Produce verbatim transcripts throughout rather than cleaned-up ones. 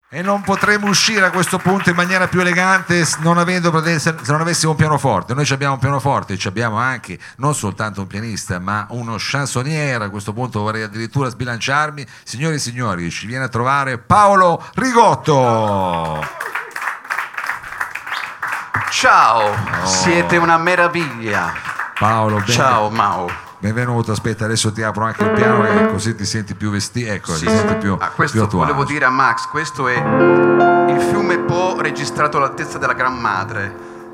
E non potremo uscire a questo punto in maniera più elegante non avendo, se non avessimo un pianoforte. Noi abbiamo un pianoforte, ci abbiamo anche non soltanto un pianista ma uno chansonniere. A questo punto vorrei addirittura sbilanciarmi. Signori e signori, ci viene a trovare Paolo Rigotto. Ciao, oh. Siete una meraviglia. Paolo, ben... ciao Mao. Benvenuto, aspetta, adesso ti apro anche il piano e così ti senti più vestito, ecco, sì, ti senti più, ah, questo più a tuo volevo agio. dire a Max, questo è il fiume Po registrato all'altezza della Gran Madre.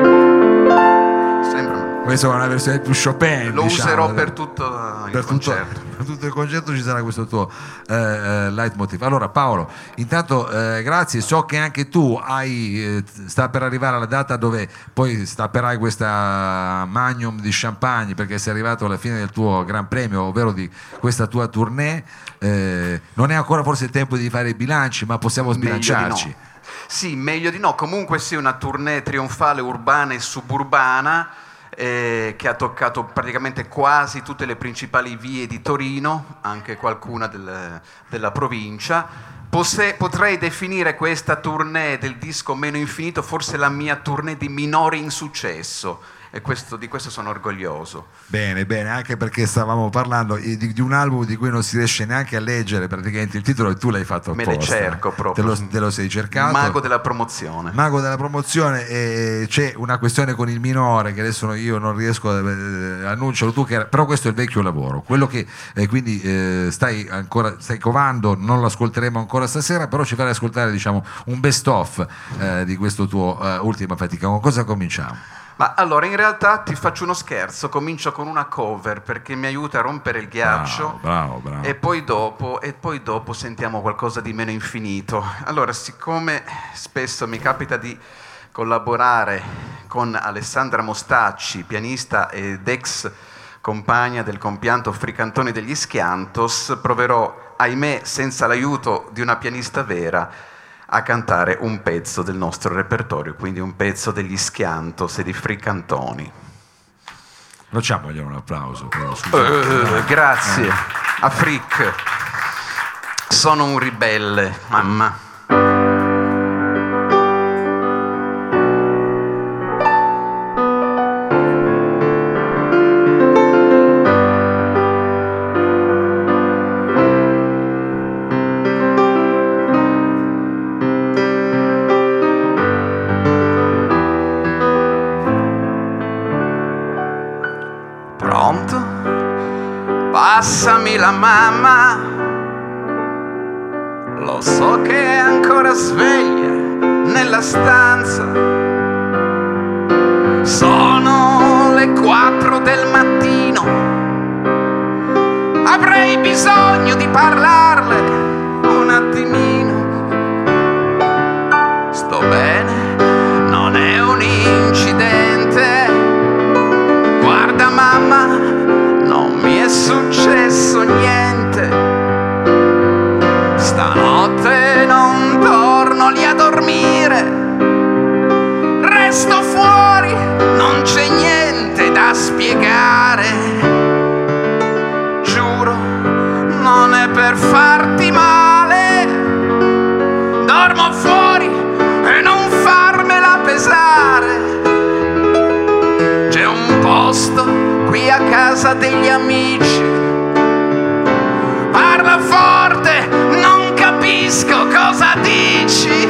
Sembra. Questa è una versione più Chopin, lo diciamo, userò per tutto il per concerto. Tutto, per tutto il concerto ci sarà questo tuo eh, eh, leitmotiv. Allora Paolo, intanto eh, grazie, so che anche tu hai eh, sta per arrivare alla data dove poi stapperai questa magnum di champagne, perché sei arrivato alla fine del tuo Gran Premio, ovvero di questa tua tournée. Eh, non è ancora forse il tempo di fare i bilanci, ma possiamo sbilanciarci. Meglio di no. Sì, meglio di no. Comunque sì, una tournée trionfale urbana e suburbana eh, che ha toccato praticamente quasi tutte le principali vie di Torino, anche qualcuna del, della provincia. Posse, potrei definire questa tournée del disco Meno Infinito forse la mia tournée di minore insuccesso. E questo, di questo sono orgoglioso. Bene, bene, anche perché stavamo parlando di, di un album di cui non si riesce neanche a leggere praticamente il titolo, e tu l'hai fatto apposta. Me le cerco proprio. Te lo, te lo sei cercato. Mago della promozione. Mago della promozione. E c'è una questione con il minore che adesso io non riesco a eh, annuncialo tu, che era, però questo è il vecchio lavoro, quello che eh, quindi eh, stai ancora stai covando, non lo ascolteremo ancora stasera, però ci farai ascoltare, diciamo, un best of eh, di questo tuo uh, ultima fatica. Con cosa cominciamo? Ma allora, in realtà ti faccio uno scherzo, comincio con una cover perché mi aiuta a rompere il ghiaccio. Bravo, bravo, bravo. E poi dopo, e poi dopo sentiamo qualcosa di Meno Infinito. Allora, siccome spesso mi capita di collaborare con Alessandra Mostacci, pianista ed ex compagna del compianto Fricantoni degli Schiantos, proverò, ahimè senza l'aiuto di una pianista vera, a cantare un pezzo del nostro repertorio, quindi un pezzo degli Schiantos e di Fricantoni. Facciamogli un applauso. Uh, grazie a Frick. Sono un ribelle, mamma. Passami la mamma, lo so che è ancora sveglia nella stanza. Sono le quattro del mattino, avrei bisogno di parlarle un attimino. Sto bene, non è un incidente. Guarda mamma, non mi è successo niente. Stanotte non torno lì a dormire, resto fuori, non c'è niente da spiegare. Giuro, non è per farti male. Dormo fuori e non farmela pesare. C'è un posto qui a casa degli amici, parla forte, non capisco cosa dici.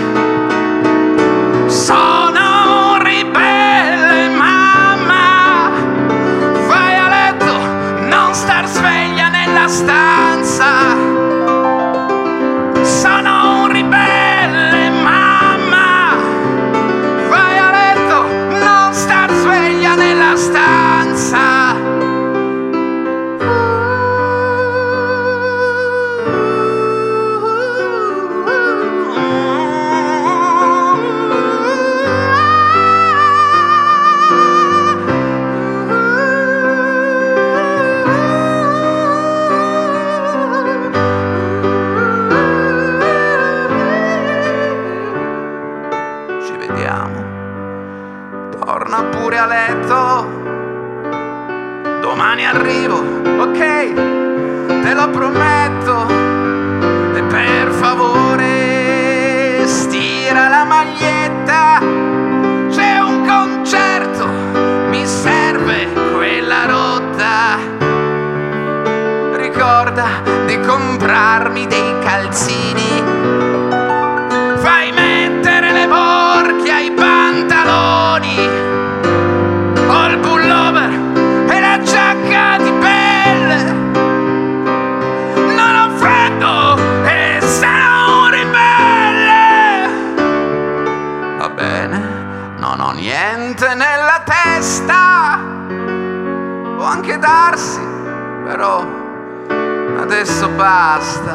Sono un ribelle, mamma, vai a letto, non star sveglia nella stanza. Sono un ribelle, mamma, vai a letto, non star sveglia nella stanza. Torna pure a letto, domani arrivo, ok, te lo prometto. E per favore niente nella testa, può anche darsi, però adesso basta.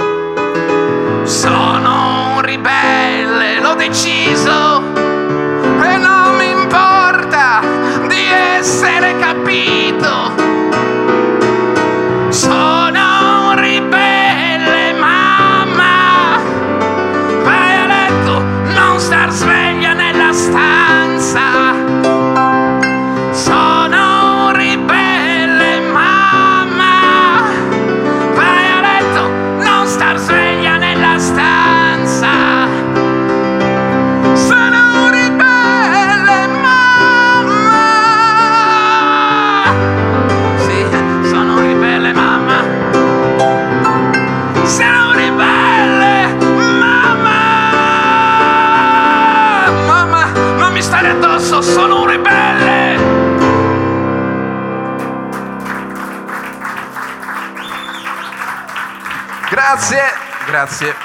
Sono un ribelle, l'ho deciso, e non mi importa di essere capito. Sono un ribelle, mamma, vai a letto, non star sveglia nella stanza. Sono un ribelle, mamma, vai a letto, non star sveglia nella stanza. Sono un ribelle, mamma. Sì, sono un ribelle, mamma. Sono un ribelle, mamma. Mamma, non mi stare addosso, sono un ribelle. Grazie, grazie.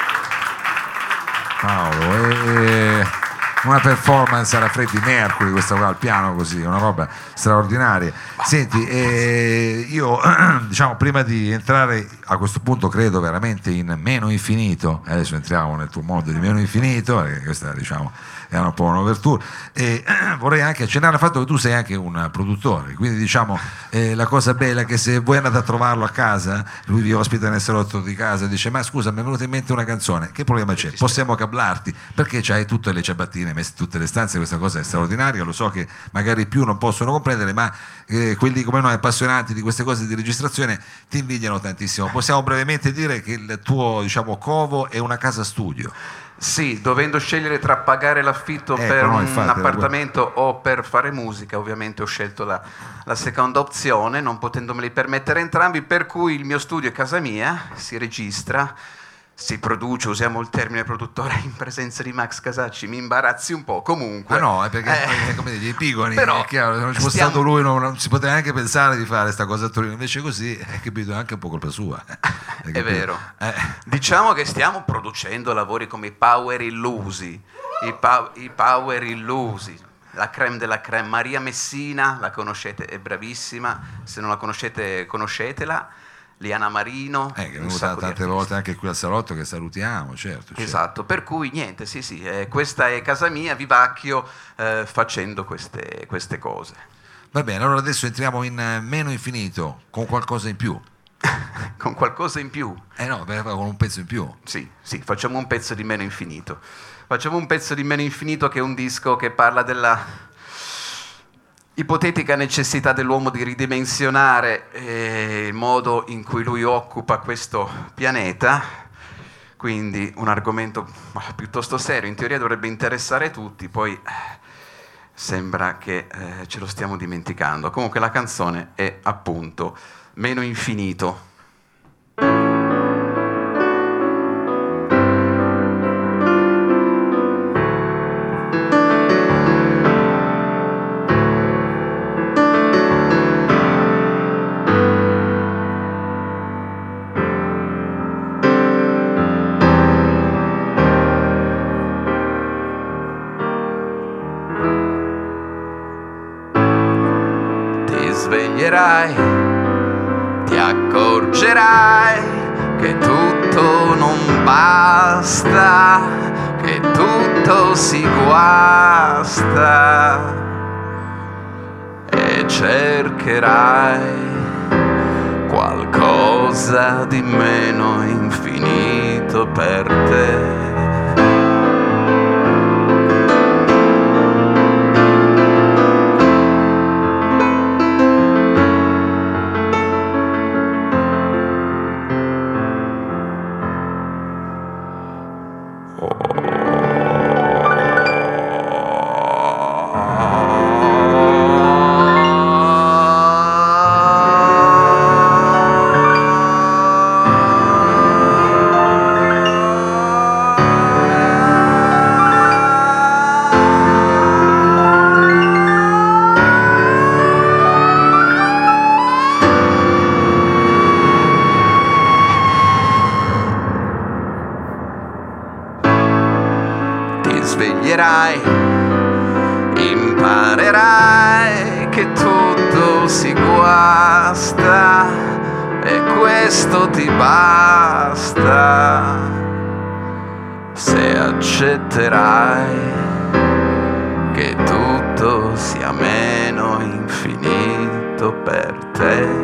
Paolo, è una performance alla Freddie Mercury questa qua al piano, così, una roba straordinaria. Senti, eh, io diciamo prima di entrare a questo punto credo veramente in Meno Infinito, adesso entriamo nel tuo mondo di Meno Infinito, perché questa diciamo è un po' un'overture, e vorrei anche accennare al fatto che tu sei anche un produttore, quindi diciamo eh, la cosa bella è che se voi andate a trovarlo a casa, lui vi ospita nel salotto di casa e dice ma scusa mi è venuta in mente una canzone, che problema c'è? Possiamo cablarti? Perché c'hai tutte le ciabattine messe in tutte le stanze, questa cosa è straordinaria, lo so che magari più non possono comprendere, ma eh, quelli come noi appassionati di queste cose di registrazione ti invidiano tantissimo. Possiamo brevemente dire che il tuo diciamo covo è una casa studio. Sì, dovendo scegliere tra pagare l'affitto Ecco, per no, un infatti, era appartamento o per fare musica, ovviamente ho scelto la, la seconda opzione, non potendomeli permettere entrambi, per cui il mio studio è casa mia, si registra, si produce, usiamo il termine produttore in presenza di Max Casacci, mi imbarazzi un po', comunque. Ma no, è perché eh, è come dire, i pigoni, però è chiaro, se non ci fosse stiamo... stato lui non, non si poteva neanche pensare di fare questa cosa a Torino, invece così, hai capito, è anche un po' colpa sua. Hai È vero. Eh. Diciamo che stiamo producendo lavori come i Power Illusi, i, pa- i Power Illusi, la creme della creme. Maria Messina, la conoscete, è bravissima, se non la conoscete conoscetela. Liana Marino, Eh, che è un venuta sacco di tante artisti. volte anche qui al salotto, che salutiamo, certo. certo. Esatto, per cui niente, sì sì, eh, questa è casa mia, vivacchio eh, facendo queste, queste cose. Va bene, allora adesso entriamo in eh, Meno Infinito, con qualcosa in più. Con qualcosa in più. Eh no, beh, con un pezzo in più. Sì, sì, facciamo un pezzo di Meno Infinito. Facciamo un pezzo di Meno Infinito che è un disco che parla della ipotetica necessità dell'uomo di ridimensionare eh, il modo in cui lui occupa questo pianeta, quindi un argomento bah, piuttosto serio, in teoria dovrebbe interessare tutti, poi eh, sembra che eh, ce lo stiamo dimenticando. Comunque la canzone è appunto Meno Infinito. Sveglierai, ti accorgerai che tutto non basta, che tutto si guasta e cercherai qualcosa di meno infinito per te. Sveglierai in imparerai che tutto si guasta e questo ti basta se accetterai che tutto sia meno infinito per te.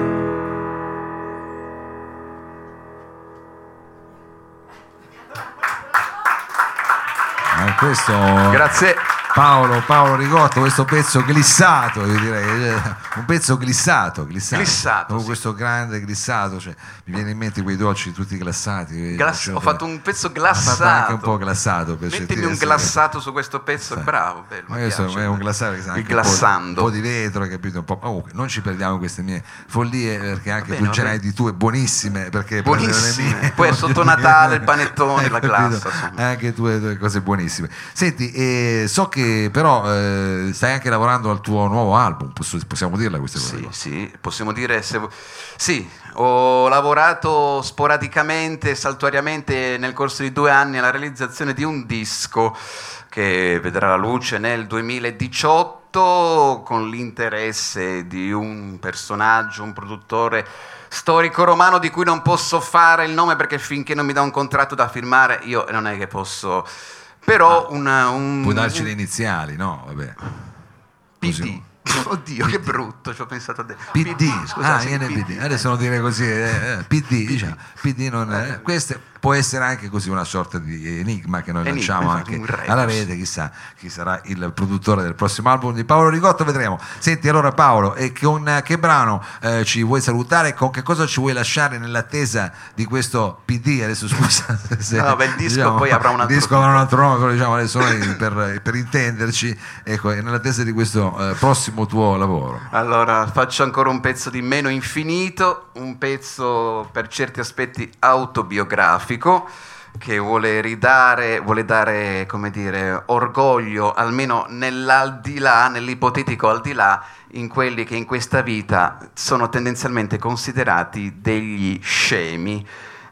Eh, questo Grazie. Paolo, Paolo Rigotto, questo pezzo glissato, io direi, un pezzo glissato, glissato, Glissato, sì. Questo grande glissato, cioè, mi viene in mente quei dolci tutti glassati. Glass- cioè, ho fatto un pezzo ho glassato. fatto anche un po' glassato per Mettimi certi un versi. glassato su questo pezzo, Sì. bravo, bello. Ma mi io sono piace. è un glassato che sa anche Il un po', glassando. un po' di vetro, capito? Un po'. Comunque, non ci perdiamo in queste mie follie, perché anche bene, tu ce va n'hai bene. di tue buonissime, perché prendere le Buonissime. mie, Poi è voglio sotto dire, Natale il panettone, hai la capito? glassa, insomma. Anche tue, tue cose buonissime. Senti, eh, so che però eh, stai anche lavorando al tuo nuovo album, posso- possiamo dirla queste cose? Sì, qua? sì, possiamo dire se vo- sì, ho lavorato sporadicamente, saltuariamente nel corso di due anni alla realizzazione di un disco che vedrà la luce nel duemiladiciotto con l'interesse di un personaggio, un produttore storico romano di cui non posso fare il nome perché finché non mi dà un contratto da firmare io non è che posso, però un, un Puoi darci le iniziali, no? Vabbè. P D. Così. Oddio, che brutto, ci ho pensato a te. P D, scusa, ah, sì, viene P D. P D. Adesso non dire così, eh, eh, P D, diciamo, P D non è, questo può essere anche così una sorta di enigma che noi Enigma, lanciamo infatti, anche un rebus. alla rete, chissà chi sarà il produttore del prossimo album di Paolo Rigotto, vedremo. Senti allora Paolo, e con che brano eh, ci vuoi salutare, con che cosa ci vuoi lasciare nell'attesa di questo P D? Adesso scusa se, No, beh, il disco poi avrà un altro il disco avrà un titolo. altro nome, però diciamo adesso noi per, per intenderci, ecco, è nell'attesa di questo eh, prossimo tuo lavoro. Allora, faccio ancora un pezzo di Meno Infinito, un pezzo per certi aspetti autobiografico che vuole ridare, vuole dare, come dire, orgoglio almeno nell'aldilà, nell'ipotetico aldilà, in quelli che in questa vita sono tendenzialmente considerati degli scemi,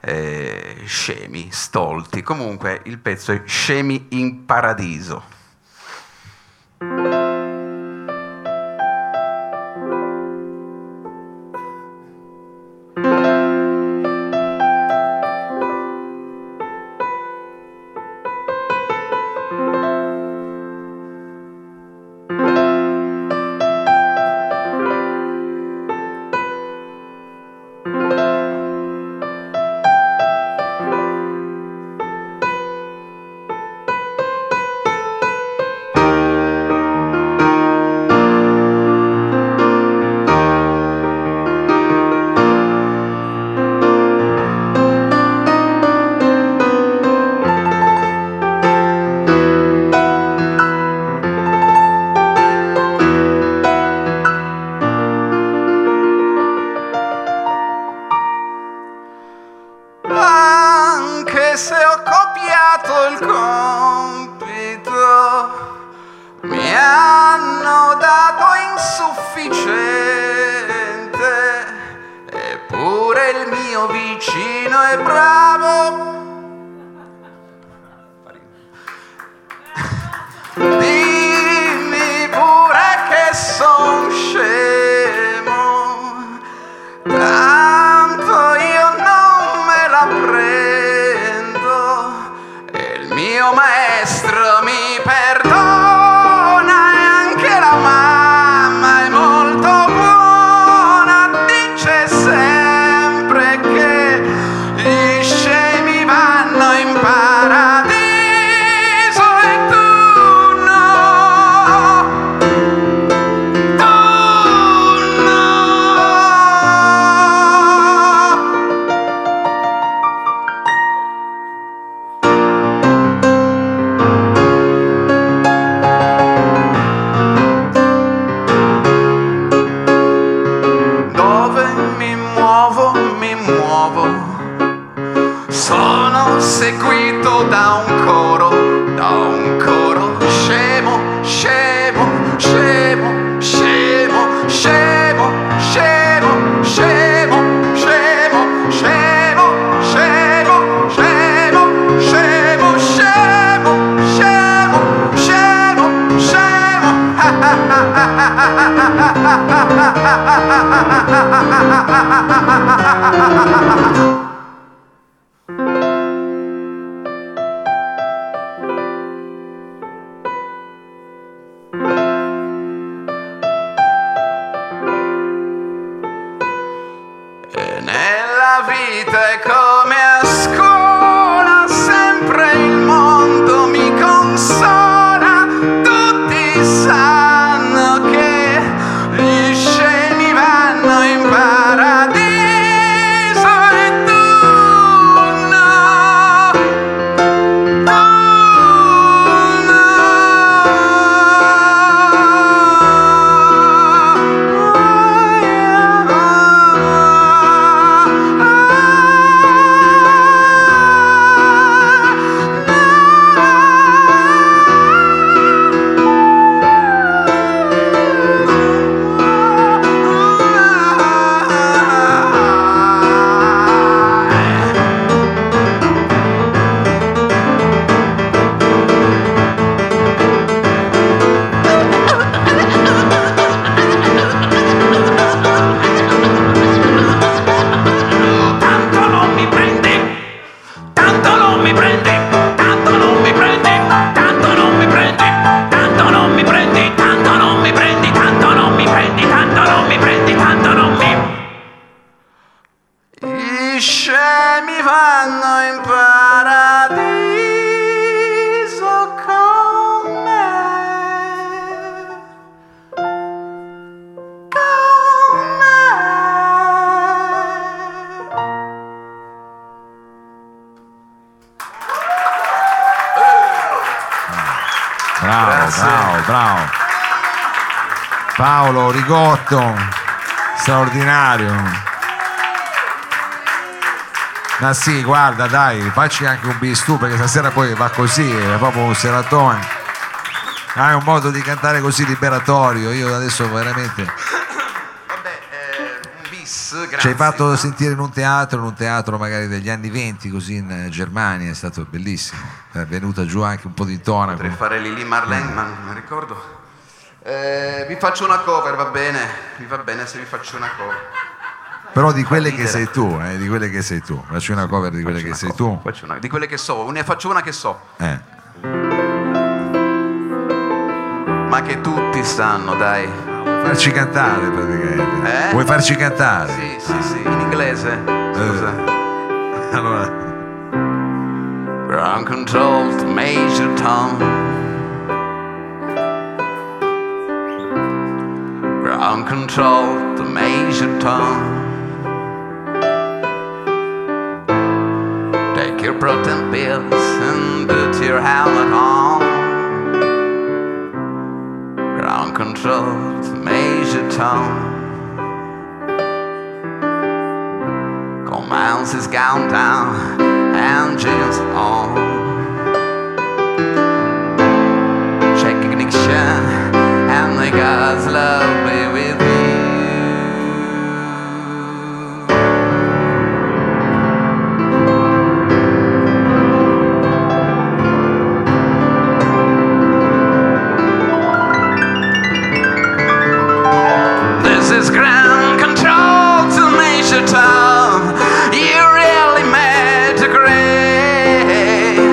eh, scemi, stolti. Comunque il pezzo è Scemi in Paradiso. Anche se ho copiato il compito, mi hanno dato insufficiente, eppure il mio vicino è bravo. Dimmi pure che son scemo, tanto io non me la prendo e il mio maestro mi perdona e anche la mamma è molto buona, dice sempre che gli scemi vanno in paradiso e tu no, tu no. E nella vita è come a scuola, sempre il mondo mi consola, tutti sanno che gli scemi vanno in paradiso e tu no, tu tanto non mi prendi, tanto non mi prendi, tanto non mi prendi, tanto non mi prendi, tanto non mi prendi, tanto non mi prendi, tanto non mi prendi, tanto non mi prendi, tanto non mi. Gli scemi vanno in paradiso con me, con me. Bravo, Grazie. bravo, bravo. Paolo Rigotto, straordinario. Ma sì, guarda, dai, facci anche un bis tu, perché stasera poi va così, è proprio un seratone. Hai un modo di cantare così liberatorio, io adesso veramente... Vabbè, eh, un bis, grazie. Ci hai fatto sentire in un teatro, in un teatro magari degli anni venti, così in Germania, è stato bellissimo. È venuta giù anche un po' di tonaco. Potrei fare Lili Marlene, ma non mi ricordo. Eh, vi faccio una cover, va bene? Vi va bene se vi faccio una cover? Però di quelle ridere. che sei tu, eh, di quelle che sei tu. Facci una cover di quelle Faccio che una sei cover, tu. faccio una- di quelle che so, ne faccio una che so, Eh. ma che tutti sanno, dai. Vuoi farci cantare praticamente? Eh? Vuoi farci cantare? Sì, sì, sì, in inglese. Scusa. Allora, Ground control to Major Tom. Ground control to Major Tom. Take your protein pills and put your helmet on. Ground control to Major Tom. Commands is countdown, engines on. Check ignition and may God's love be with you. This is ground control to Major Tom. You really made a great.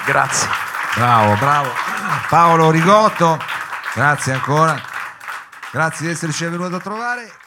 Grazie. Bravo, bravo. Paolo Rigotto, grazie ancora. Grazie di esserci venuto a trovare.